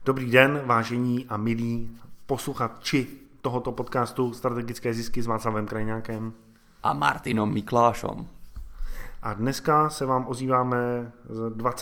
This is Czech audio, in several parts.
Dobrý den, vážení a milí posluchači tohoto podcastu Strategické zisky s Václavem Krajňákem a Martinom Miklášom. A dneska se vám ozýváme z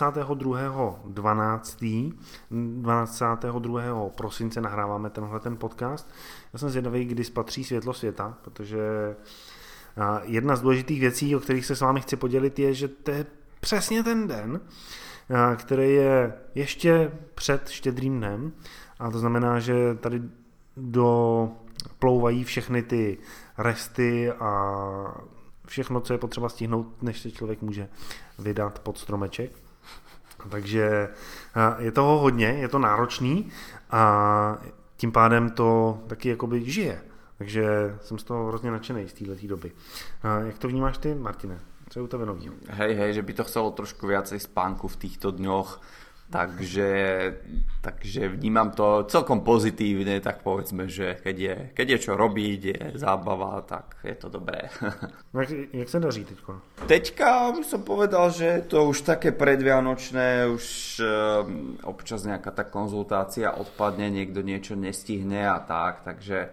22.12. 22. prosince nahráváme ten podcast. Já jsem zvědavý, kdy spatří světlo světa, protože jedna z důležitých věcí, o kterých se s vámi chci podělit, je, že to je přesně ten den, který je ještě před Štědrým dnem, a to znamená, že tady doplouvají všechny ty resty a všechno, co je potřeba stihnout, než se člověk může vydat pod stromeček. Takže je toho hodně, je to náročný a tím pádem to taky jakoby žije. Takže jsem z toho hrozně nadšenej z této doby. Jak to vnímáš ty, Martine? Co je u tebe novýho? Hej, že by to chcelo trošku viacej spánku v týchto dňoch, takže vnímam to celkom pozitívne, tak povedzme, že keď je čo robiť, je zábava, tak je to dobré. Jak se daří teďko? Teďka by som povedal, že je to už také predvianočné, už občas nejaká tá konzultácia odpadne, niekto niečo nestihne a tak, takže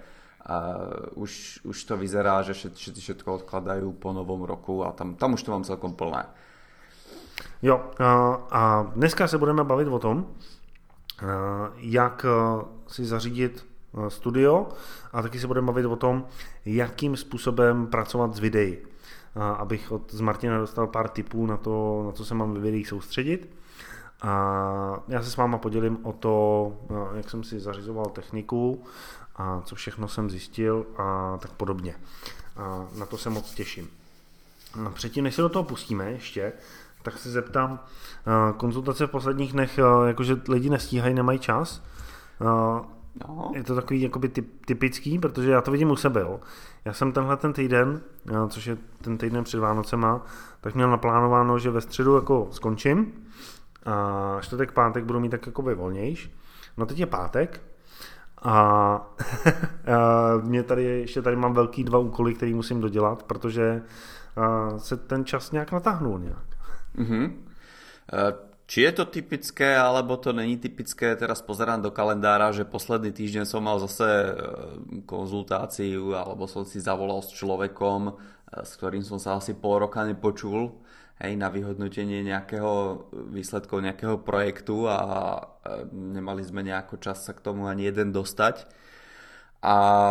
už to vyzerá, že všetko odkladajú po novom roku a tam už to mám celkom plné. Jo, a dneska se budeme bavit o tom, jak si zařídit studio, a taky se budeme bavit o tom, jakým způsobem pracovat s videí. Abych z Martina dostal pár tipů na to, na co se mám ve videích soustředit. A já se s váma podělím o to, jak jsem si zařizoval techniku a co všechno jsem zjistil a tak podobně. A na to se moc těším. No, předtím, než se do toho pustíme ještě, tak se zeptám, konzultace v posledních dnech, jakože lidi nestíhají, nemají čas. No. Je to takový jakoby typický, protože já to vidím u sebe. Jo. Já jsem tenhle ten týden, což je ten týden před Vánocema, tak měl naplánováno, že ve středu jako skončím a čtvrtek, pátek budu mít tak jakoby volnějš. No teď je pátek a mě ještě tady mám velký 2 úkoly, který musím dodělat, protože se ten čas nějak natáhnul nějak. Mm-hmm. Či je to typické, alebo to není typické, teraz pozerám do kalendára, že posledný týždeň som mal zase konzultáciu, alebo som si zavolal s človekom, s ktorým som sa asi pol roka nepočul, na vyhodnotenie nejakého výsledkov nejakého projektu a nemali sme nejako čas sa k tomu ani jeden dostať. A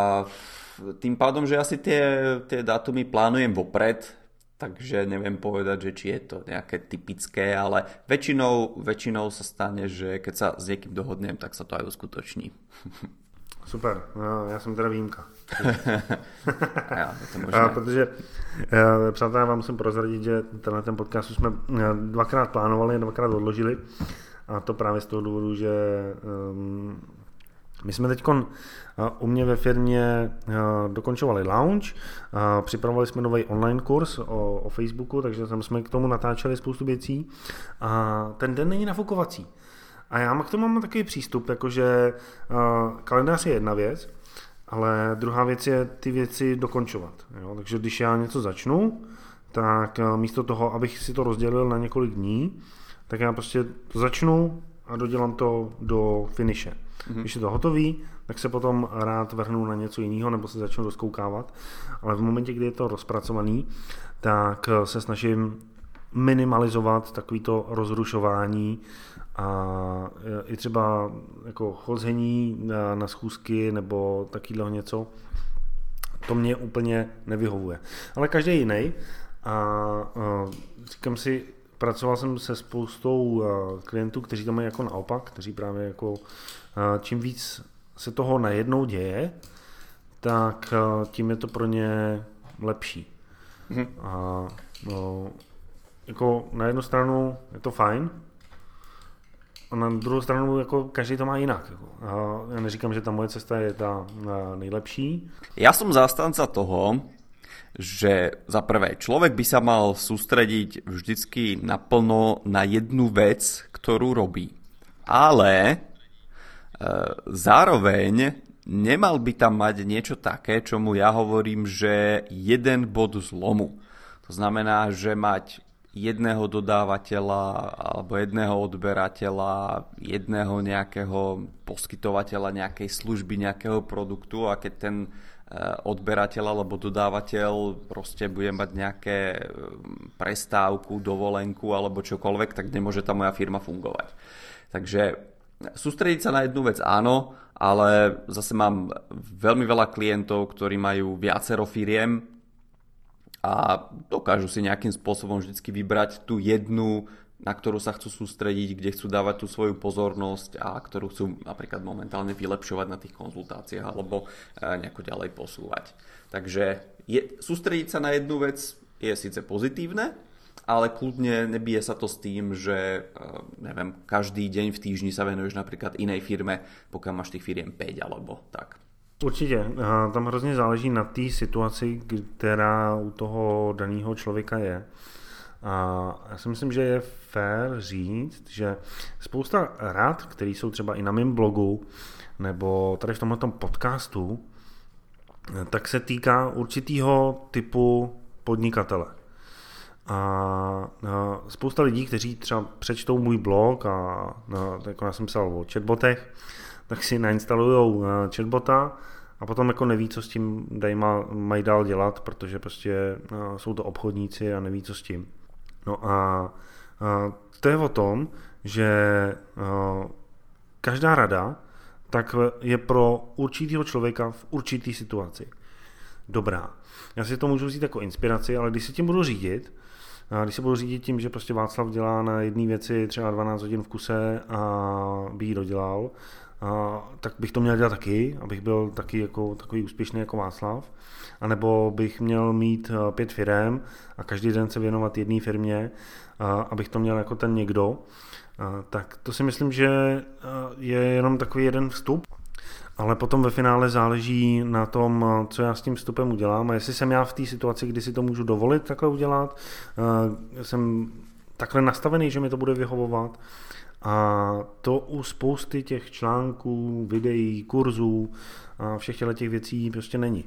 tým pádom, že asi tie dátumy plánujem vopred, takže neviem povedať, že či je to nejaké typické, ale väčšinou sa stane, že keď sa s niekým dohodnem, tak sa to aj uskutoční. Super, já jsem teda výjimka. Ja, je to možné. Protože, přátelé, vám musím prozradit, že ten podcast jsme 2krát plánovali, 2krát odložili, a to právě z toho důvodu, že my jsme teď u mě ve firmě dokončovali launch, připravovali jsme nový online kurz o Facebooku, takže tam jsme k tomu natáčeli spoustu věcí a ten den není nafukovací. A já k tomu mám takový přístup, jakože kalendář je jedna věc, ale druhá věc je ty věci dokončovat. Jo? Takže když já něco začnu, tak místo toho, abych si to rozdělil na několik dní, tak já prostě to začnu a dodělám to do finiše. Když je to hotový, tak se potom rád vrhnu na něco jiného nebo se začnu rozkoukávat, ale v momentě, kdy je to rozpracovaný, tak se snažím minimalizovat takovýto rozrušování a i třeba jako chození na schůzky nebo takového něco, to mě úplně nevyhovuje. Ale každý jiný a říkám si, pracoval jsem se spoustou klientů, kteří to mají jako naopak, kteří právě jako čím víc se toho najednou děje, tak tím je to pro ně lepší. A jako na jednu stranu je to fajn, a na druhou stranu jako každý to má jinak. Jako. A já neříkám, že ta moje cesta je ta nejlepší. Ja som zástanca toho, že za prvé človek by sa mal sústrediť vždycky naplno na jednu vec, ktorú robí. Ale zároveň nemal by tam mať niečo také, čomu ja hovorím, že jeden bod zlomu. To znamená, že mať jedného dodávateľa alebo jedného odberateľa, jedného nejakého poskytovateľa nejakej služby, nejakého produktu, a keď ten odberateľ alebo dodávateľ proste bude mať nejaké prestávku, dovolenku alebo čokoľvek, tak nemôže tá moja firma fungovať. Takže sústrediť sa na jednu vec áno, ale zase mám veľmi veľa klientov, ktorí majú viacero firiem a dokážu si nejakým spôsobom vždycky vybrať tú jednu, na ktorú sa chcú sústrediť, kde chcú dávať tú svoju pozornosť a ktorú chcú napríklad momentálne vylepšovať na tých konzultáciách alebo nejako ďalej posúvať. Takže sústrediť sa na jednu vec je síce pozitívne, ale kľudne nebije sa to s tým, že neviem, každý deň v týždni sa venuješ napríklad inej firme, pokiaľ máš tých firiem 5 alebo tak. Určitě, tam hrozně záleží na té situaci, která u toho daného člověka je. A já si myslím, že je fér říct, že spousta rad, které jsou třeba i na mém blogu, nebo tady v tomto podcastu, tak se týká určitého typu podnikatele. A spousta lidí, kteří třeba přečtou můj blog a jako já jsem psal o chatbotech, tak si nainstalujou chatbota a potom jako neví, co s tím mají dál dělat, protože prostě jsou to obchodníci a neví, co s tím. No a to je o tom, že každá rada tak je pro určitého člověka v určitý situaci dobrá. Já si to můžu vzít jako inspiraci, ale když se tím budu řídit, když se budu řídit tím, že prostě Václav dělá na jedné věci třeba 12 hodin v kuse a by ji dodělal, tak bych to měl dělat taky, abych byl taky jako takový úspěšný jako Václav. A nebo bych měl mít 5 firem a každý den se věnovat jedné firmě, abych to měl jako ten někdo. Tak to si myslím, že je jenom takový jeden vstup. Ale potom ve finále záleží na tom, co já s tím vstupem udělám a jestli jsem já v té situaci, kdy si to můžu dovolit takhle udělat, jsem takhle nastavený, že mi to bude vyhovovat. A to u spousty těch článků, videí, kurzů a všech těch věcí prostě není.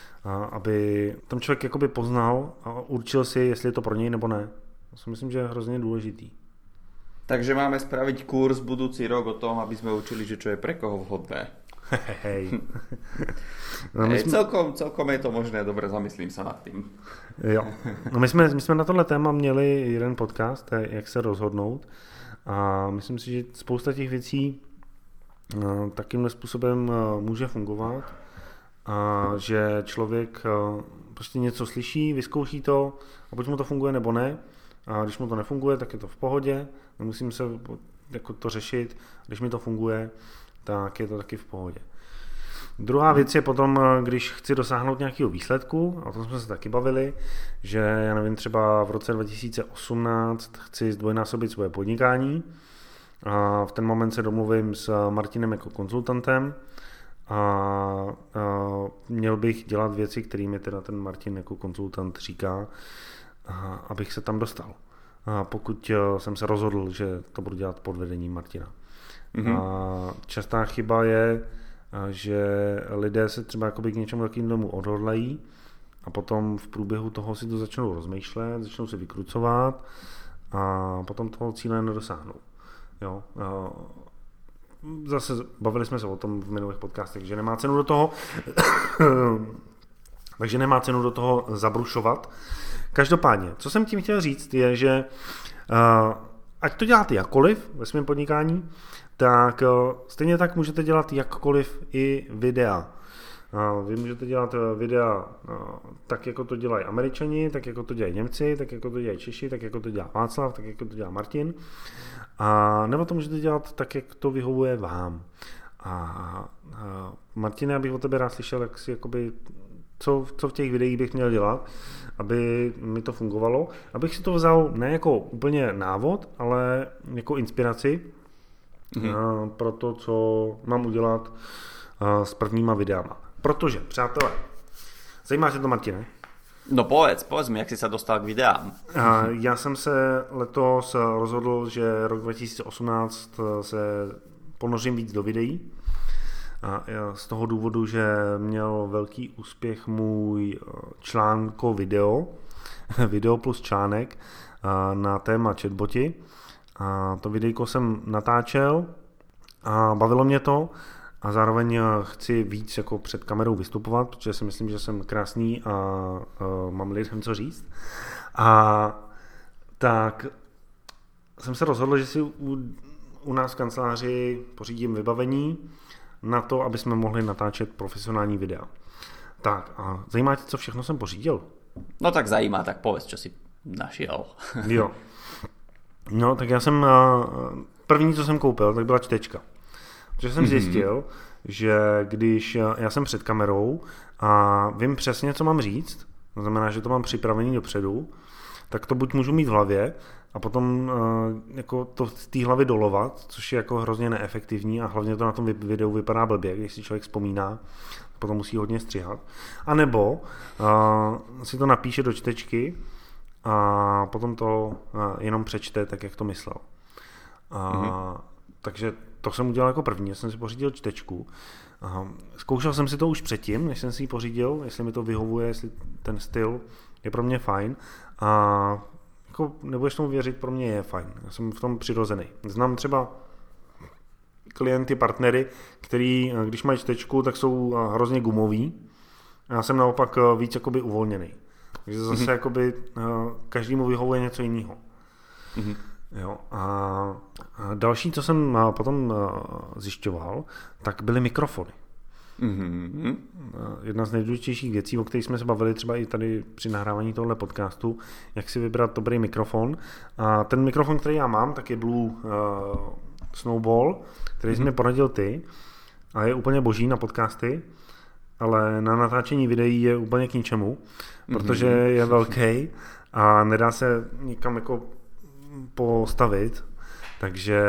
Aby tam člověk jakoby poznal a určil si, jestli je to pro něj nebo ne. To si myslím, že je hrozně důležitý. Takže máme spraviť kurz budúci rok o tom, aby sme učili, že čo je pre koho vhodné. Hej. No, celkom je to možné, dobre, zamyslím sa nad tým. Jo. No my jsme na tohle téma měli jeden podcast, jak se rozhodnout, a myslím si, že spousta těch věcí takýmhle způsobem může fungovat a že člověk prostě něco slyší, vyzkouší to a buď mu to funguje nebo ne, a když mu to nefunguje, tak je to v pohodě, nemusím se jako to řešit, když mi to funguje, tak je to taky v pohodě. Druhá věc je potom, když chci dosáhnout nějakého výsledku, a o tom jsme se taky bavili, že já nevím, třeba v roce 2018 chci zdvojnásobit svoje podnikání a v ten moment se domluvím s Martinem jako konzultantem a měl bych dělat věci, kterými teda ten Martin jako konzultant říká, abych se tam dostal. A pokud jsem se rozhodl, že to budu dělat pod vedením Martina. Mm-hmm. A častá chyba je, že lidé se třeba jakoby k něčemu takovému odhodlají a potom v průběhu toho si to začnou rozmýšlet, začnou se vykrucovat a potom toho cíle nedosáhnou. Jo. Zase bavili jsme se o tom v minulých podcastech, že nemá cenu do toho takže nemá cenu do toho zabrušovat. Každopádně, co jsem tím chtěl říct, je, že ať to děláte jakkoliv ve svém podnikání, tak stejně tak můžete dělat jakkoliv i videa. Vy můžete dělat videa tak, jako to dělají Američani, tak, jako to dělají Němci, tak, jako to dělají Češi, tak, jako to dělá Václav, tak, jako to dělá Martin. A nebo to můžete dělat tak, jak to vyhovuje vám. A Martine, abych od tebe rád slyšel, jak si jakoby, co v těch videích bych měl dělat, aby mi to fungovalo. Abych si to vzal ne jako úplně návod, ale jako inspiraci pro to, co mám udělat s prvníma videama. Protože, přátelé, zajímá se to, Martine? No povedz mi, jak si sa dostal k videám. Já jsem se letos rozhodl, že rok 2018 se ponořím víc do videí. A z toho důvodu, že měl velký úspěch můj článko video, video plus článek na téma chatboti. A to videjko jsem natáčel a bavilo mě to a zároveň chci víc jako před kamerou vystupovat, protože si myslím, že jsem krásný a mám lidem co říct. A tak jsem se rozhodl, že si u nás v kanceláři pořídím vybavení na to, aby jsme mohli natáčet profesionální videa. Tak a zajímá tě, co všechno jsem pořídil? No tak zajímá, tak povedz, čo si našiel. Jo. No, tak já jsem, první, co jsem koupil, tak byla čtečka. Protože jsem zjistil, že když já jsem před kamerou a vím přesně, co mám říct, to znamená, že to mám připravený dopředu, tak to buď můžu mít v hlavě a potom jako to z té hlavy dolovat, což je jako hrozně neefektivní a hlavně to na tom videu vypadá blbě, když si člověk vzpomíná, potom musí hodně střihat. A nebo si to napíše do čtečky a potom to jenom přečte tak, jak to myslel. Takže to jsem udělal jako první, já jsem si pořídil čtečku. Zkoušel jsem si to už předtím, než jsem si ji pořídil, jestli mi to vyhovuje, jestli ten styl je pro mě fajn. A jako nebudeš tomu věřit, pro mě je fajn. Já jsem v tom přirozený. Znám třeba klienty, partnery, který, když mají čtečku, tak jsou hrozně gumoví. A já jsem naopak víc jakoby uvolněný. Takže zase jakoby každému vyhovuje něco jiného. Jo, a další, co jsem potom zjišťoval, tak byly mikrofony. Jedna z nejdůležitějších věcí, o kterých jsme se bavili třeba i tady při nahrávání tohoto podcastu, jak si vybrat dobrý mikrofon. A ten mikrofon, který já mám, tak je Blue Snowball, který jsi mi poradil ty a je úplně boží na podcasty, ale na natáčení videí je úplně k ničemu, protože je velký a nedá se nikam jako postavit, takže...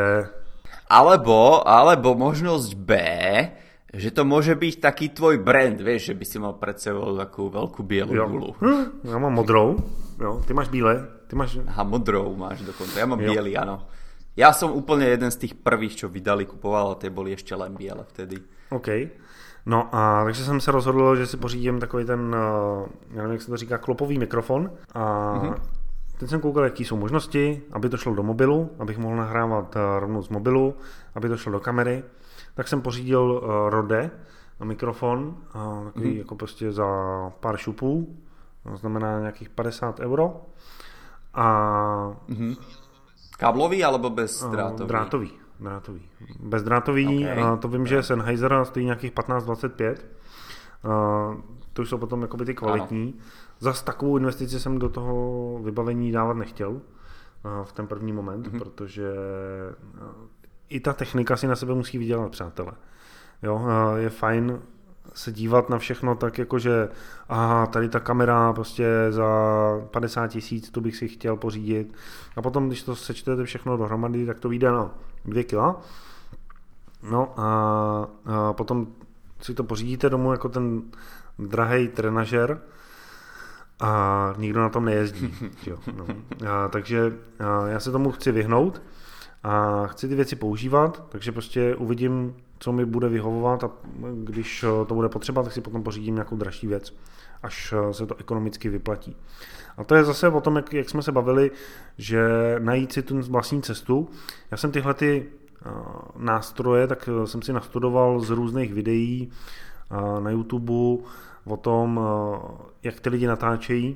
Alebo možnosť B, že to môže byť taký tvoj brand, vieš, že by si mal pred sebou takú veľkú bielu gulu. Ja mám modrou, jo, ty máš bíle, ty máš... Aha, modrou máš dokonca, ja mám biely, áno. Ja som úplne jeden z tých prvých, čo vydali, kupoval a tie boli ešte len biele vtedy. OK. No a takže jsem se rozhodl, že si pořídím takový ten, já nevím, jak se to říká, klopový mikrofon a teď jsem koukal, jaký jsou možnosti, aby to šlo do mobilu, abych mohl nahrávat rovnou z mobilu, aby to šlo do kamery. Tak jsem pořídil Rode mikrofon, takový jako prostě za pár šupů, to znamená nějakých 50 euro. A... Káblový alebo bezdrátový? Drátový. Bezdrátový, okay. To vím, že je Sennheiser a stojí nějakých 15-25. To už jsou potom jakoby ty kvalitní. Ano. Zas takovou investici jsem do toho vybavení dávat nechtěl v ten první moment, protože i ta technika si na sebe musí vydělat, přátelé. Jo, je fajn se dívat na všechno tak, jakože tady ta kamera prostě za 50 000, tu bych si chtěl pořídit. A potom, když to sečtete všechno dohromady, tak to vyjde na 2 kila. No a potom si to pořídíte domů jako ten drahej trenažer a nikdo na tom nejezdí. Jo, no. Takže já se tomu chci vyhnout a chci ty věci používat, takže prostě uvidím, co mi bude vyhovovat a když to bude potřeba, tak si potom pořídím nějakou dražší věc, až se to ekonomicky vyplatí. A to je zase o tom, jak jsme se bavili, že najít si tu vlastní cestu. Já jsem tyhle ty nástroje, tak jsem si nastudoval z různých videí na YouTube o tom, jak ty lidi natáčejí,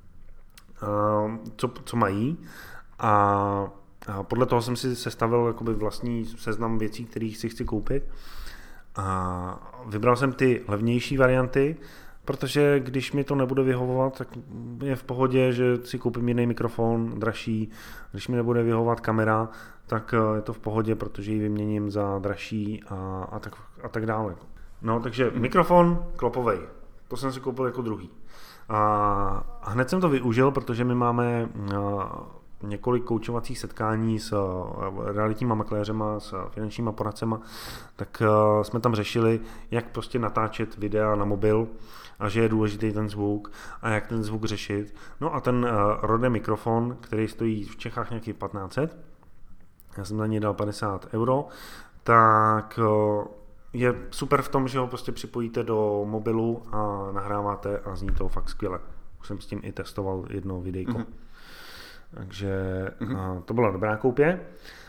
co mají a podle toho jsem si sestavil jakoby vlastní seznam věcí, kterých si chci koupit. A vybral jsem ty levnější varianty, protože když mi to nebude vyhovovat, tak je v pohodě, že si koupím jiný mikrofon, dražší. Když mi nebude vyhovovat kamera, tak je to v pohodě, protože ji vyměním za dražší a tak dále. No, takže mikrofon klopovej. To jsem si koupil jako druhý. A hned jsem to využil, protože my máme několik koučovacích setkání s realitníma makléřema, s finančníma poradcema, tak jsme tam řešili, jak prostě natáčet videa na mobil a že je důležitý ten zvuk a jak ten zvuk řešit. No a ten Rode mikrofon, který stojí v Čechách nějakých 1500, já jsem za něj dal 50 euro, tak je super v tom, že ho prostě připojíte do mobilu a nahráváte a zní to fakt skvěle. jsem s tím i testoval jedno videjko. Takže to byla dobrá koupě.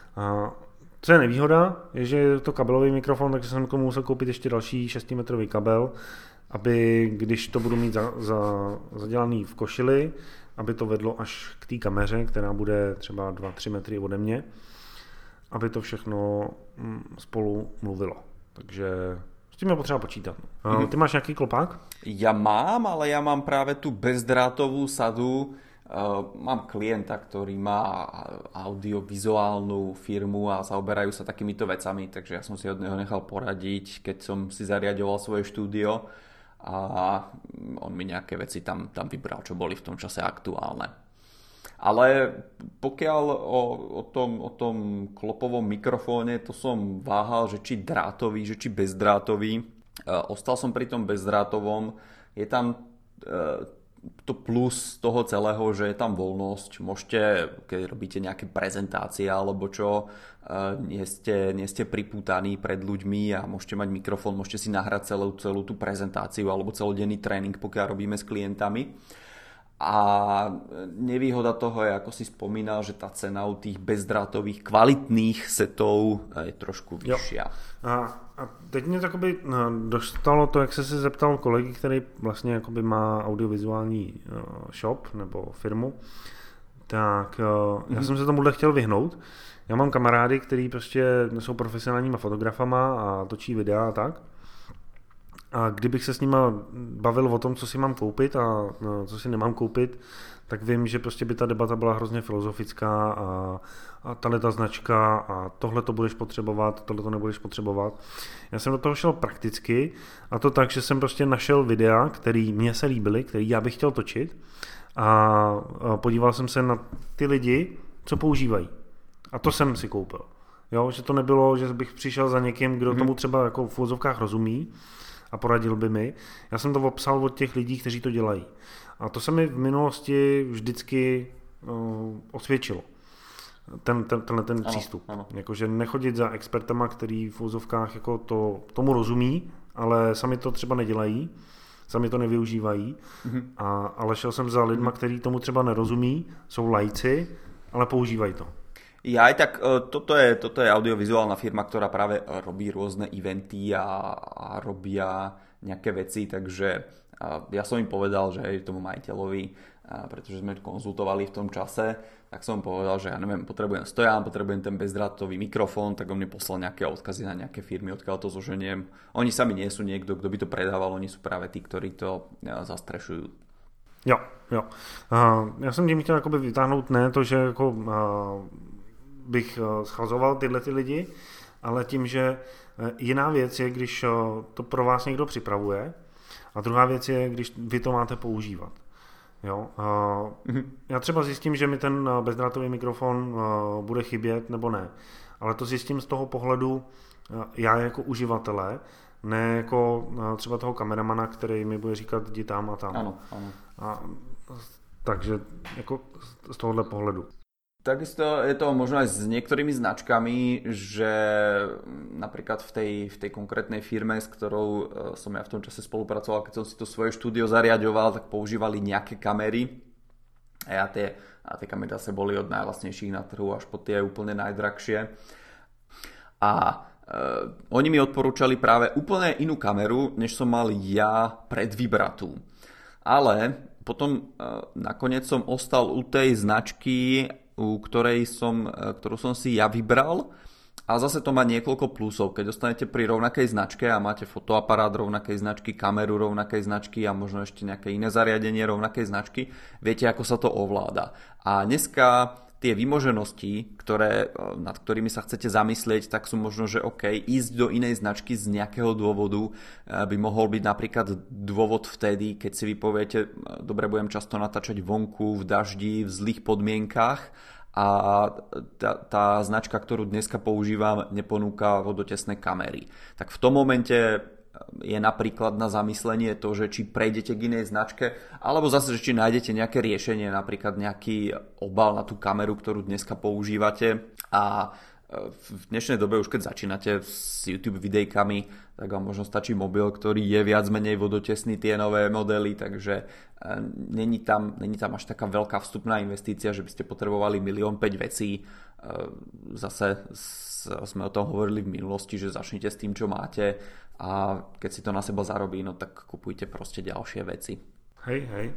Co je nevýhoda, je, že je to kabelový mikrofon, takže jsem k tomu musel koupit ještě další 6metrový kabel, aby když to budu mít zadělaný v košili, aby to vedlo až k té kameře, která bude třeba 2-3 metry ode mě, aby to všechno spolu mluvilo. Takže s tím je potřeba počítat. Ty máš nějaký klopák? Ja mám, ale ja mám práve tú bezdrátovú sadu. Mám klienta, ktorý má audiovizuálnu firmu a zaoberajú sa takýmito vecami, takže ja som si od neho nechal poradiť, keď som si zariaďoval svoje štúdio a on mi nejaké veci tam vybral, čo boli v tom čase aktuálne. Ale pokiaľ o tom klopovom mikrofóne, to som váhal, že či drátový, že či bezdrátový. Ostal som pri tom bezdrátovom. Je tam to plus toho celého, že je tam voľnosť. Môžete, keď robíte nejaké prezentácie alebo čo, nie ste pripútaní pred ľuďmi a môžete mať mikrofón, môžete si nahrať celú tú prezentáciu alebo celodenný tréning, pokiaľ robíme s klientami. A nevýhoda toho je, ako si spomínal, že tá cena u tých bezdrátových kvalitných setov je trošku vyššia. A teď mě takoby dostalo to, jak se zeptal kolegy, který vlastně jakoby má audiovizuální shop nebo firmu, tak já jsem se tomuhle chtěl vyhnout. Já mám kamarády, kteří prostě jsou profesionálníma fotografama a točí videa a tak. A kdybych se s nima bavil o tom, co si mám koupit a co si nemám koupit, tak vím, že prostě by ta debata byla hrozně filozofická a tato značka a tohle to budeš potřebovat, tohle to nebudeš potřebovat. Já jsem do toho šel prakticky a to tak, že jsem prostě našel videa, který mně se líbily, který já bych chtěl točit a podíval jsem se na ty lidi, co používají. A to jsem si koupil. Jo, že to nebylo, že bych přišel za někým, kdo tomu třeba jako v úvozovkách rozumí a poradil by mi. Já jsem to obsal od těch lidí, kteří to dělají. A to se mi v minulosti vždycky osvědčilo. Tenhle přístup. Ano. Jakože nechodit za expertama, který v úvozovkách jako tomu rozumí, ale sami to třeba nedělají, sami to nevyužívají. Ale šel jsem za lidma, kteří tomu třeba nerozumí, jsou laici, ale používají to. Ja aj tak, toto je audiovizuálna firma, ktorá práve robí rôzne eventy a robia nejaké veci, takže ja som im povedal, že tomu majiteľovi, pretože sme konzultovali v tom čase, tak som povedal, že ja neviem, potrebujem stojan, potrebujem ten bezdrátový mikrofón, tak on mi poslal nejaké odkazy na nejaké firmy, odkiaľ to zoženiem. Oni sami nie sú niekto, kto by to predával, oni sú práve tí, ktorí to zastrešujú. Jo. Já jsem tím chtěl jakoby vytáhnout ne to, že jako bych schazoval tyhle ty lidi, ale tím, že jiná věc je, když to pro vás někdo připravuje a druhá věc je, když vy to máte používat. Jo? Já třeba zjistím, že mi ten bezdrátový mikrofon bude chybět nebo ne, ale to zjistím z toho pohledu já jako uživatele, ne jako třeba toho kameramana, který mi bude říkat jdi tam a tam. Ano. Takže jako z tohohle pohledu. Takisto je to možno aj s niektorými značkami, že napríklad v tej konkrétnej firme, s ktorou som ja v tom čase spolupracoval, keď som si to svoje štúdio zariaďoval, tak používali nejaké kamery a tie kamery zase boli od najlacnejších na trhu až po tie úplne najdrahšie. A oni mi odporúčali práve úplne inú kameru, než som mal ja predvybratú. Ale potom nakoniec som ostal u tej značky, ktorú som si ja vybral, a zase to má niekoľko plusov. Keď dostanete pri rovnakej značke a máte fotoaparát rovnakej značky, kameru rovnakej značky a možno ešte nejaké iné zariadenie rovnakej značky, viete, ako sa to ovláda. A dneska tie vymoženosti, nad ktorými sa chcete zamyslieť, tak sú možno, že OK, ísť do inej značky z nejakého dôvodu by mohol byť napríklad dôvod vtedy, keď si vypoviete, dobre, budem často natáčať vonku, v daždi, v zlých podmienkach a tá značka, ktorú dneska používam, neponúka vodotesné kamery. Tak v tom momente je napríklad na zamyslenie to, že či prejdete k inej značke, alebo zase, že či nájdete nejaké riešenie, napríklad nejaký obal na tú kameru, ktorú dneska používate a v dnešnej dobe už keď začínate s YouTube videjkami, tak vám možno stačí mobil, ktorý je viac menej vodotesný, tie nové modely, takže není tam až taká veľká vstupná investícia, že by ste potrebovali 1,5 milióna vecí. Zase sme o tom hovorili v minulosti, že začnite s tým, čo máte a keď si to na seba zarobí, no tak kupujte proste ďalšie veci. Hej.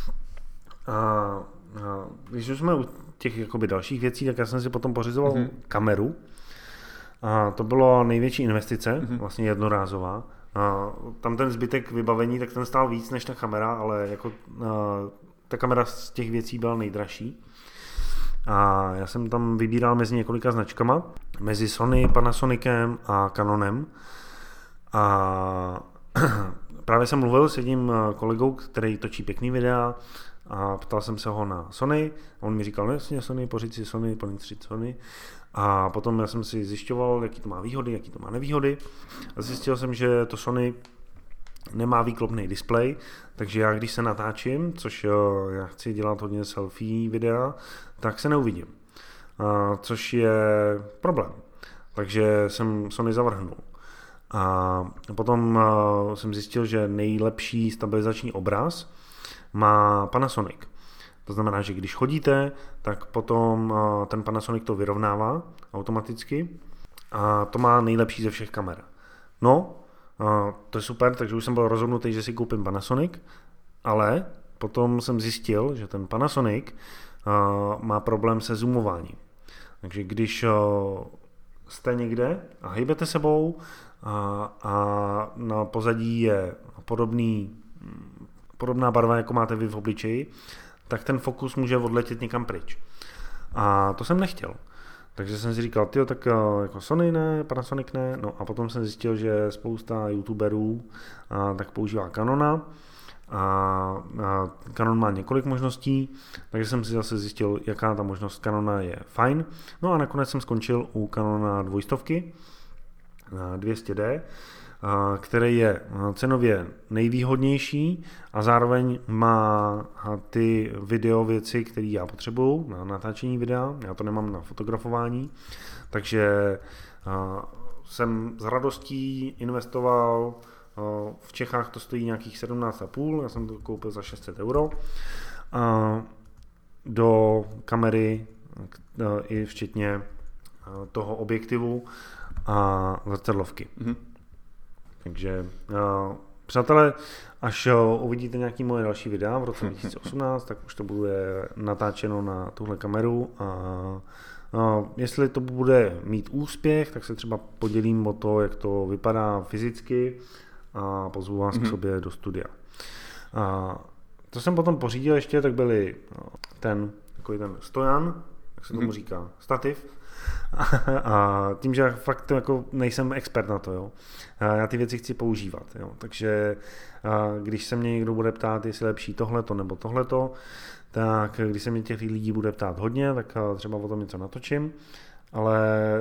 Když už jsme u těch jakoby dalších věcí, tak já jsem si potom pořizoval kameru. A to bylo největší investice, vlastně jednorázová. Tam ten zbytek vybavení, tak ten stál víc než ta kamera, ale jako ta kamera z těch věcí byla nejdražší. A já jsem tam vybíral mezi několika značkama, mezi Sony, Panasonicem a Canonem. A právě jsem mluvil s jedním kolegou, který točí pěkný videa, a ptal jsem se ho na Sony a on mi říkal, no jasně Sony, pořiď si Sony, pořiď Sony. A potom já jsem si zjišťoval, jaký to má výhody, jaký to má nevýhody. A zjistil jsem, že to Sony nemá výklopný displej, takže já když se natáčím, což já chci dělat hodně selfie videa, tak se neuvidím. Což je problém. Takže jsem Sony zavrhnul. A potom jsem zjistil, že nejlepší stabilizační obraz má Panasonic. To znamená, že když chodíte, tak potom ten Panasonic to vyrovnává automaticky a to má nejlepší ze všech kamer. No, to je super, takže už jsem byl rozhodnutý, že si koupím Panasonic, ale potom jsem zjistil, že ten Panasonic má problém se zoomováním. Takže když jste někde a hejbete sebou a na pozadí je podobná barva, jako máte vy v obličeji, tak ten fokus může odletět někam pryč. A to jsem nechtěl. Takže jsem si říkal, tak jako Sony ne, Panasonic ne, no a potom jsem zjistil, že spousta youtuberů tak používá Canona a Canon má několik možností, takže jsem si zase zjistil, jaká ta možnost Canona je fajn. No a nakonec jsem skončil u Canona 200 200D, který je cenově nejvýhodnější a zároveň má ty video věci, které já potřebuju na natáčení videa, já to nemám na fotografování, takže jsem s radostí investoval, v Čechách to stojí nějakých 17,5, já jsem to koupil za 600 €, do kamery i včetně toho objektivu a zrcadlovky. Takže přátelé, až uvidíte nějaký moje další videa v roce 2018, tak už to bude natáčeno na tuhle kameru a jestli to bude mít úspěch, tak se třeba podělím o to, jak to vypadá fyzicky a pozvu vás k sobě do studia. Co jsem potom pořídil ještě, tak byly takový ten stojan, jak se tomu říká, stativ. A tím, že fakt jako nejsem expert na to, jo. Já ty věci chci používat, jo. Takže když se mě někdo bude ptát, jestli je lepší tohleto nebo tohleto, tak když se mě těch lidí bude ptát hodně, tak třeba o tom něco natočím, ale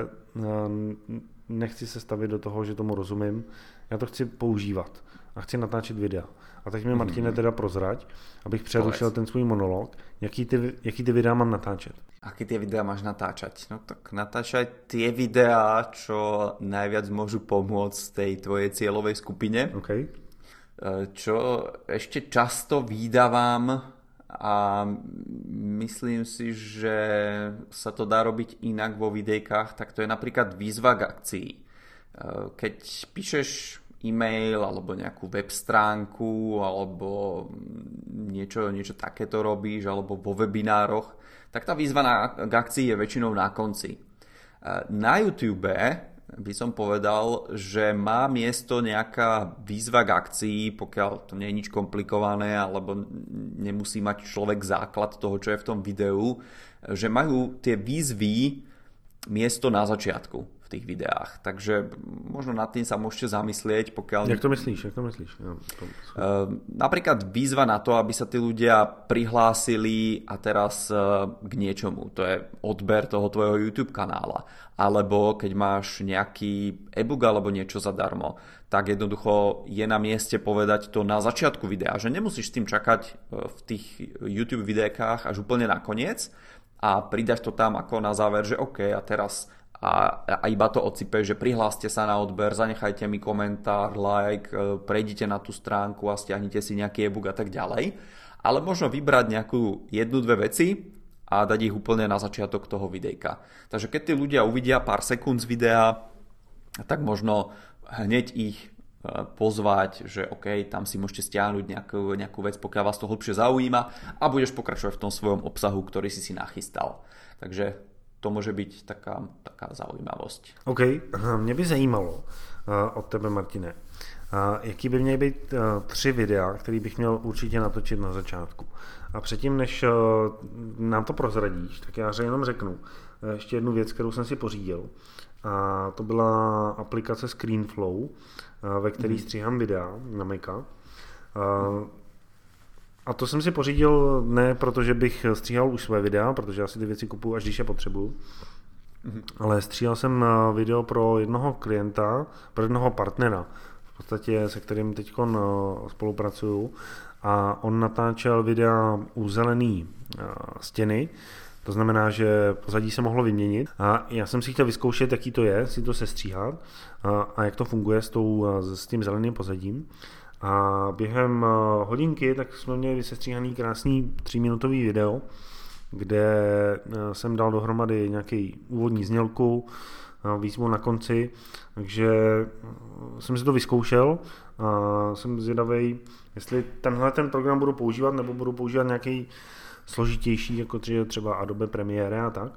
nechci se stavit do toho, že tomu rozumím. Já to chci používat a chci natáčet videa. A teď mi Martine teda prozrať, abych přerušil ten svůj monolog, jaký ty videa mám natáčet. Aké tie videá máš natáčať? No tak natáčaj tie videá, čo najviac môžu pomôcť tej tvojej cieľovej skupine. Okay. Čo ešte často vydávam a myslím si, že sa to dá robiť inak vo videjkách, tak to je napríklad výzva k akcii. Keď píšeš e-mail alebo nejakú web stránku alebo niečo takéto robíš alebo vo webinároch, tak tá výzva k akcii je väčšinou na konci. Na YouTube by som povedal, že má miesto nejaká výzva k akcii, pokiaľ to nie je nič komplikované alebo nemusí mať človek základ toho, čo je v tom videu, že majú tie výzvy miesto na začiatku v tých videách. Takže možno nad tým sa môžete zamyslieť, pokiaľ... Jak to myslíš? Ja, napríklad výzva na to, aby sa tí ľudia prihlásili a teraz k niečomu. To je odber toho tvojho YouTube kanála. Alebo keď máš nejaký e-book alebo niečo zadarmo, tak jednoducho je na mieste povedať to na začiatku videa, že nemusíš s tým čakať v tých YouTube videách až úplne nakoniec a pridáš to tam ako na záver, že OK, a teraz a iba to odsype, že prihláste sa na odber, zanechajte mi komentár, like, prejdite na tú stránku a stiahnite si nejaký e-book a tak ďalej. Ale možno vybrať nejakú jednu, dve veci a dať ich úplne na začiatok toho videjka. Takže keď tí ľudia uvidia pár sekúnd z videa, tak možno hneď ich pozvať, že OK, tam si môžete stiahnuť nejakú vec, pokiaľ vás to hlbšie zaujíma a budeš pokračovať v tom svojom obsahu, ktorý si nachystal. Takže to môže byť taká zaujímavosť. OK, mě by zajímalo od tebe, Martine, jaký by měly být 3 videa, který bych měl určitě natočit na začátku. A předtím, než nám to prozradíš, tak já jenom řeknu ještě jednu věc, kterou jsem si pořídil. A to byla aplikace ScreenFlow, ve který stříhám videa na Maca. A to jsem si pořídil ne proto, že bych stříhal už své videa, protože já si ty věci kupuju, až když je potřebuju, ale stříhal jsem video pro jednoho klienta, pro jednoho partnera, v podstatě se kterým teď spolupracuju, a on natáčel videa u zelený stěny. To znamená, že pozadí se mohlo vyměnit a já jsem si chtěl vyzkoušet, jaký to je, si to sestříhat a jak to funguje s tím zeleným pozadím. A během hodinky tak jsme měli sestříhaný krásný 3minutový video, kde jsem dal dohromady nějaký úvodní znělku, výzvu na konci, takže jsem si to vyzkoušel a jsem zvědavej, jestli ten program budu používat, nebo budu používat nějaký složitější, jako třeba Adobe Premiere a tak.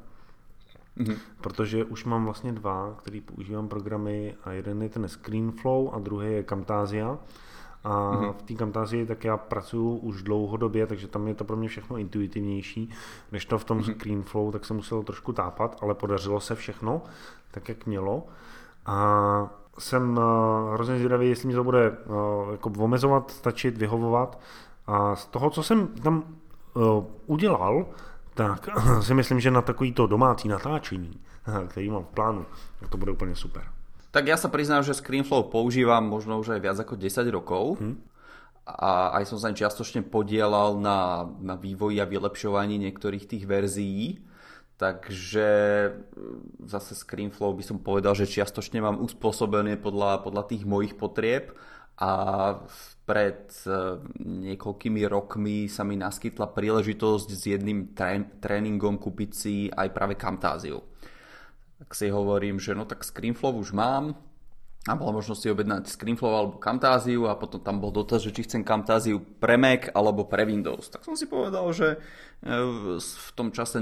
Protože už mám vlastně 2, který používám programy a jeden je ten ScreenFlow a druhý je Camtasia. A v té Camtasii tak já pracuju už dlouhodobě, takže tam je to pro mě všechno intuitivnější, než to v tom ScreenFlow, tak jsem musel trošku tápat, ale podařilo se všechno tak, jak mělo. A jsem hrozně zvědavý, jestli mi to bude jako omezovat, stačit, vyhovovat. A z toho, co jsem tam udělal, tak si myslím, že na takovýto domácí natáčení, který mám v plánu, tak to bude úplně super. Tak ja sa priznám, že ScreenFlow používam možno už aj viac ako 10 rokov a aj som sa čiastočne podielal na vývoji a vylepšovaní niektorých tých verzií, takže zase ScreenFlow by som povedal, že čiastočne mám uspôsobené podľa tých mojich potrieb a pred niekoľkými rokmi sa mi naskytla príležitosť s jedným tréningom kúpiť si aj práve Camtasiu. Tak si hovorím, že no tak ScreenFlow už mám a bola možnosť si objednať ScreenFlow alebo Camtasiu a potom tam bol dotaz, že či chcem Camtasiu pre Mac alebo pre Windows. Tak som si povedal, že v tom čase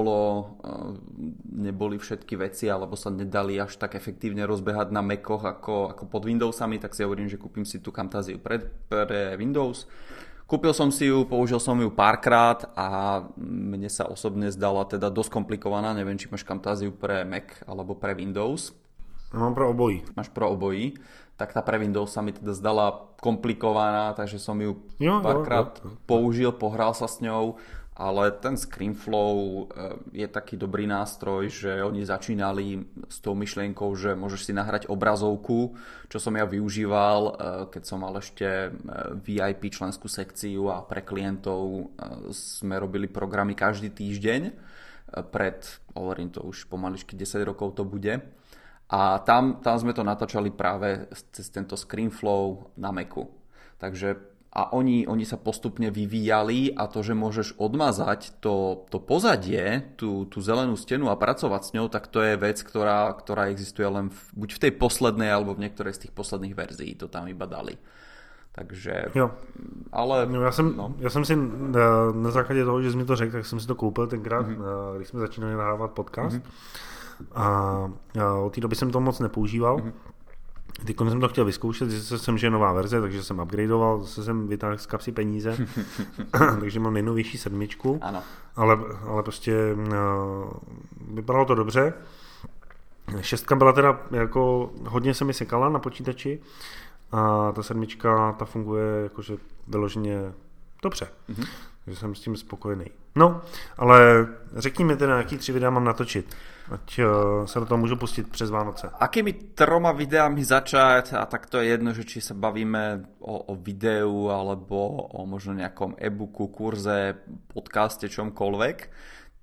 neboli všetky veci alebo sa nedali až tak efektívne rozbehať na Macoch ako pod Windowsami, tak si hovorím, že kúpim si tú Camtasiu pre Windows. Kúpil som si ju, použil som ju párkrát a mne sa osobne zdala teda dosť komplikovaná. Neviem, či máš Camtasiu pre Mac alebo pre Windows. Mám pro obojí. Máš pro obojí. Tak tá pre Windows sa mi teda zdala komplikovaná, takže som ju párkrát použil, pohral sa s ňou. Ale ten ScreenFlow je taký dobrý nástroj, že oni začínali s tou myšlienkou, že môžeš si nahrať obrazovku, čo som ja využíval, keď som mal ešte VIP členskú sekciu a pre klientov sme robili programy každý týždeň. Hovorím to už pomaličky 10 rokov to bude. A tam sme to natáčali práve cez tento ScreenFlow na Macu. Takže a oni sa postupne vyvíjali a to, že môžeš odmazať to pozadie, tú zelenú stenu a pracovať s ňou, tak to je vec, ktorá existuje len buď v tej poslednej, alebo v niektorej z tých posledných verzií to tam iba dali. Takže, jo. Ale... No, já jsem si na základě toho, že jsi mi to řekl, tak jsem si to koupil tenkrát, když jsme začínali nahrávat podcast. A od té doby jsem to moc nepoužíval. Teď jsem to chtěl vyzkoušet, zjistil jsem, že je nová verze, takže jsem upgradeoval, zase jsem vytáhl z kapsy peníze, takže mám nejnovější 7. Ano. Ale prostě vypadalo to dobře. 6 byla teda jako hodně se mi sekala na počítači a ta 7 ta funguje jakože vyloženě dobře. Takže jsem s tím spokojený. No, ale řekni mi teda, jaký 3 videa mám natočit, ať se do toho můžu pustit přes Vánoce. Akými 3 videami začať, a tak to je jedno, že či sa bavíme o videu alebo o možno nejakom e-booku, kurze, podcaste, čomkoľvek,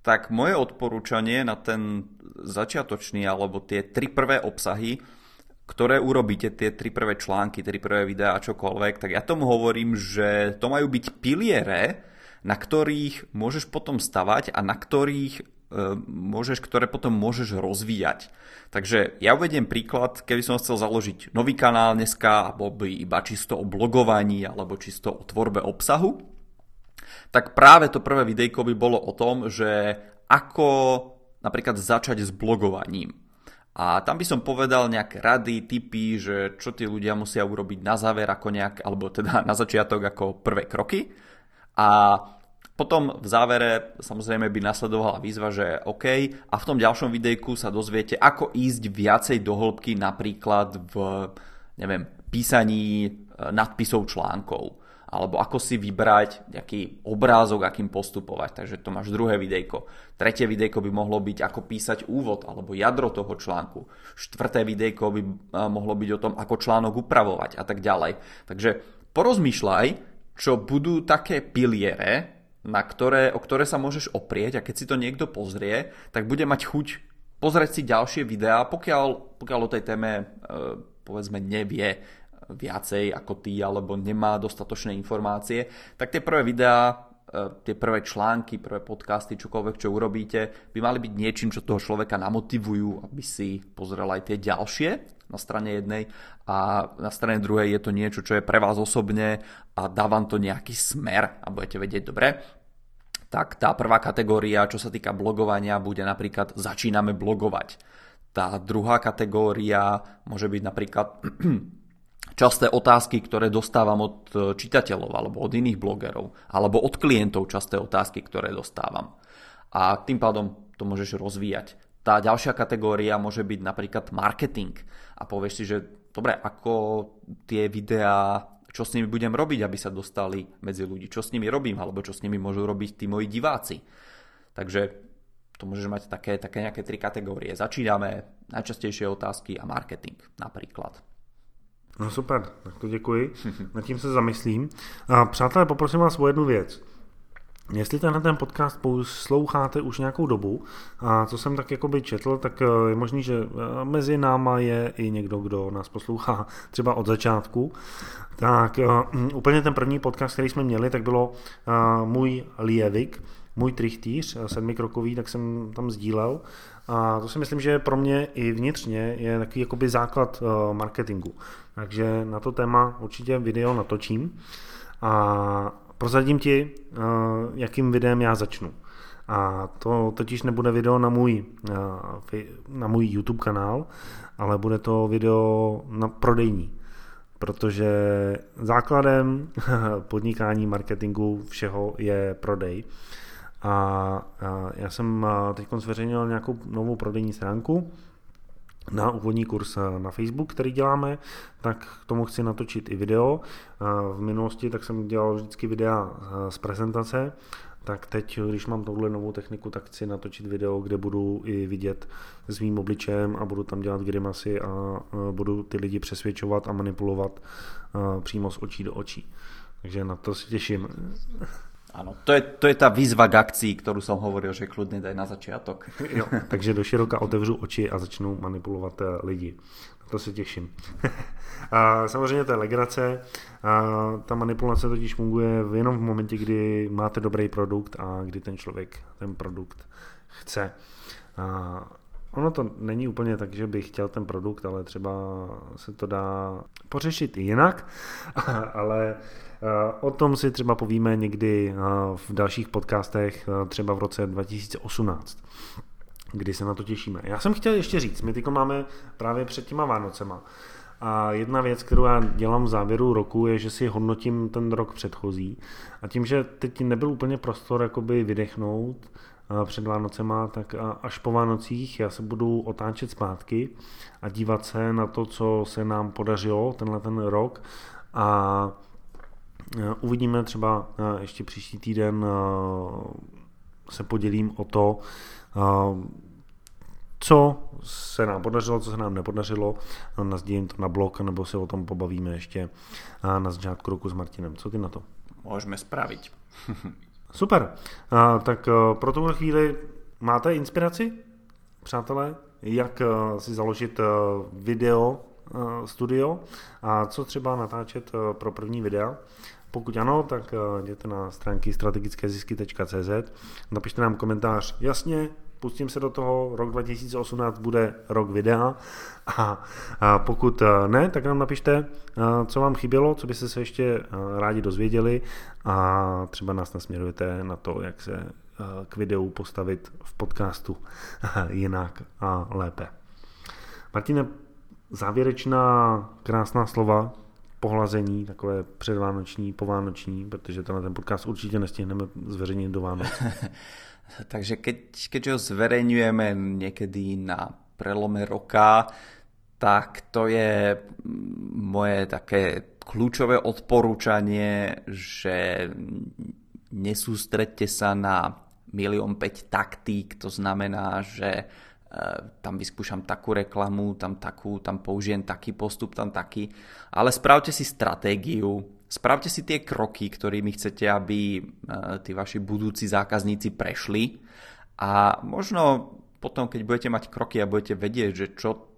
tak moje odporúčanie na ten začiatočný alebo tie 3 prvé obsahy, ktoré urobíte, tie 3 prvé články, 3 prvé videá a čokoľvek, tak ja tomu hovorím, že to majú byť piliere, na ktorých môžeš potom stavať a na ktorých ktoré potom môžeš rozvíjať. Takže ja uvediem príklad, keby som chcel založiť nový kanál dneska, alebo by iba čisto o blogovaní, alebo čisto o tvorbe obsahu, tak práve to prvé videjko by bolo o tom, že ako napríklad začať s blogovaním. A tam by som povedal nejaké rady, tipy, že čo tí ľudia musia urobiť na záver, alebo teda na začiatok ako prvé kroky. A potom v závere samozrejme by nasledovala výzva, že OK, a v tom ďalšom videjku sa dozviete, ako ísť viacej do hĺbky napríklad v písaní nadpisov článkov, alebo ako si vybrať nejaký obrázok, akým postupovať. Takže to máš druhé videjko. Tretie videjko by mohlo byť, ako písať úvod alebo jadro toho článku. Štvrté videjko by mohlo byť o tom, ako článok upravovať a tak ďalej. Takže porozmýšľaj, čo budú také piliere, o ktoré sa môžeš oprieť, a keď si to niekto pozrie, tak bude mať chuť pozrieť si ďalšie videá, pokiaľ o tej téme povedzme nevie viacej ako ty, alebo nemá dostatočné informácie, tak tie prvé videá, tie prvé články, prvé podcasty, čokoľvek, čo urobíte, by mali byť niečím, čo toho človeka namotivujú, aby si pozrel aj tie ďalšie na strane jednej, a na strane druhej je to niečo, čo je pre vás osobne a dá vám to nejaký smer a budete vedieť dobre. Tak tá prvá kategória, čo sa týka blogovania, bude napríklad začíname blogovať. Tá druhá kategória môže byť napríklad časté otázky, ktoré dostávam od čitateľov alebo od iných blogerov, alebo od klientov časté otázky, ktoré dostávam. A tým pádom to môžeš rozvíjať. Tá ďalšia kategória môže byť napríklad marketing. A povieš si, že dobre, ako tie videá, čo s nimi budem robiť, aby sa dostali medzi ľudí, čo s nimi robím, alebo čo s nimi môžu robiť tí moji diváci. Takže to môžeš mať také nejaké 3 kategórie. Začíname, najčastejšie otázky a marketing napríklad. No super, tak to děkuji. Nad tím se zamyslím. Přátelé, poprosím vás o jednu věc. Jestli ten podcast posloucháte už nějakou dobu, a co jsem tak jakoby četl, tak je možný, že mezi náma je i někdo, kdo nás poslouchá třeba od začátku. Tak úplně ten první podcast, který jsme měli, tak bylo můj Lievik, můj trichtýř, 7krokový, tak jsem tam sdílel. A to si myslím, že pro mě i vnitřně je takový jakoby základ marketingu. Takže na to téma určitě video natočím. A prozradím ti, jakým videem já začnu. A to totiž nebude video na můj YouTube kanál, ale bude to video na prodejní. Protože základem podnikání, marketingu, všeho je prodej. A já jsem teď zveřejnil nějakou novou prodejní stránku na úvodní kurz na Facebook, který děláme, tak k tomu chci natočit i video. V minulosti tak jsem dělal vždycky videa z prezentace, tak teď, když mám touhle novou techniku, tak chci natočit video, kde budu i vidět s mým obličejem a budu tam dělat grimasy a budu ty lidi přesvědčovat a manipulovat přímo z očí do očí. Takže na to se těším. Áno, to je tá výzva k akcii, ktorú som hovoril, že kľudne daj na začiatok. Jo, takže do široka otevřu oči a začnu manipulovat lidi. Na to se těším. A samozřejmě to je legrace. A ta manipulace totiž funguje jenom v momentě, kdy máte dobrý produkt a kdy ten člověk ten produkt chce. A ono to není úplně tak, že bych chtěl ten produkt, ale třeba se to dá pořešit i jinak, ale o tom si třeba povíme někdy v dalších podcastech, třeba v roce 2018, kdy se na to těšíme. Já jsem chtěl ještě říct, my teď máme právě před těma Vánocema. A jedna věc, kterou já dělám v závěru roku, je, že si hodnotím ten rok předchozí. A tím, že teď nebyl úplně prostor jakoby vydechnout před Vánocema, tak až po Vánocích já se budu otáčet zpátky a dívat se na to, co se nám podařilo ten rok, a uvidíme třeba ještě příští týden, se podělím o to, co se nám podařilo, co se nám nepodařilo, nasdílím to na blog, nebo se o tom pobavíme ještě na začátku roku s Martinem. Co ty na to? Môžeme spraviť. Super, tak pro tuhle chvíli máte inspiraci, přátelé, jak si založit video studio a co třeba natáčet pro první videa? Pokud ano, tak jděte na stránky strategickézisky.cz, napište nám komentář, jasně, pustím se do toho, rok 2018 bude rok videa a pokud ne, tak nám napište, co vám chybělo, co byste se ještě rádi dozvěděli a třeba nás nasměrujete na to, jak se k videu postavit v podcastu jinak a lépe. Martine, závěrečná krásná slova, pohlazení, takové předvánoční, povánoční, protože ten podcast určitě nestihneme zveřejnit do Vánoc. Takže keďže ho zverejňujeme niekedy na prelome roka, tak to je moje také kľúčové odporúčanie, že nesústreďte sa na 1,5 taktík, to znamená, že tam vyskúšam takú reklamu, tam použijem taký postup, tam taký, ale spravte si stratégiu, spravte si tie kroky, ktorými chcete, aby tí vaši budúci zákazníci prešli a možno potom, keď budete mať kroky a budete vedieť, že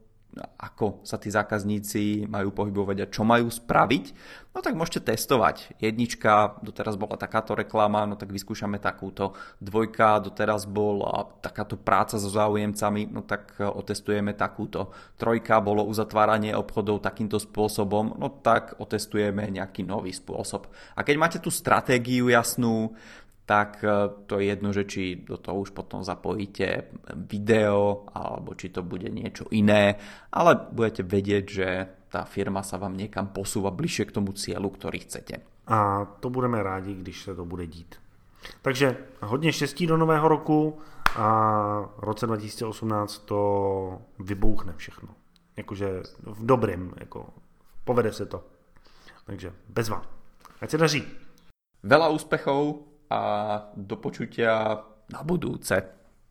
ako sa tí zákazníci majú pohybovať a čo majú spraviť, no tak môžete testovať. 1, doteraz bola takáto reklama, no tak vyskúšame takúto. 2, doteraz bola takáto práca so záujemcami, no tak otestujeme takúto. 3, bolo uzatváranie obchodov takýmto spôsobom, no tak otestujeme nejaký nový spôsob. A keď máte tú stratégiu jasnú, tak to je jedno, že či do toho už potom zapojíte video, alebo či to bude niečo iné, ale budete vedieť, že tá firma sa vám niekam posúva bližšie k tomu cieľu, ktorý chcete. A to budeme rádi, když se to bude dít. Takže hodně štěstí do nového roku a v roce 2018 to vybouchne všechno. Jakože v dobrým, jako povede se to. Takže bezva. Ať se daří. Veľa úspechov a do počutia na budúce.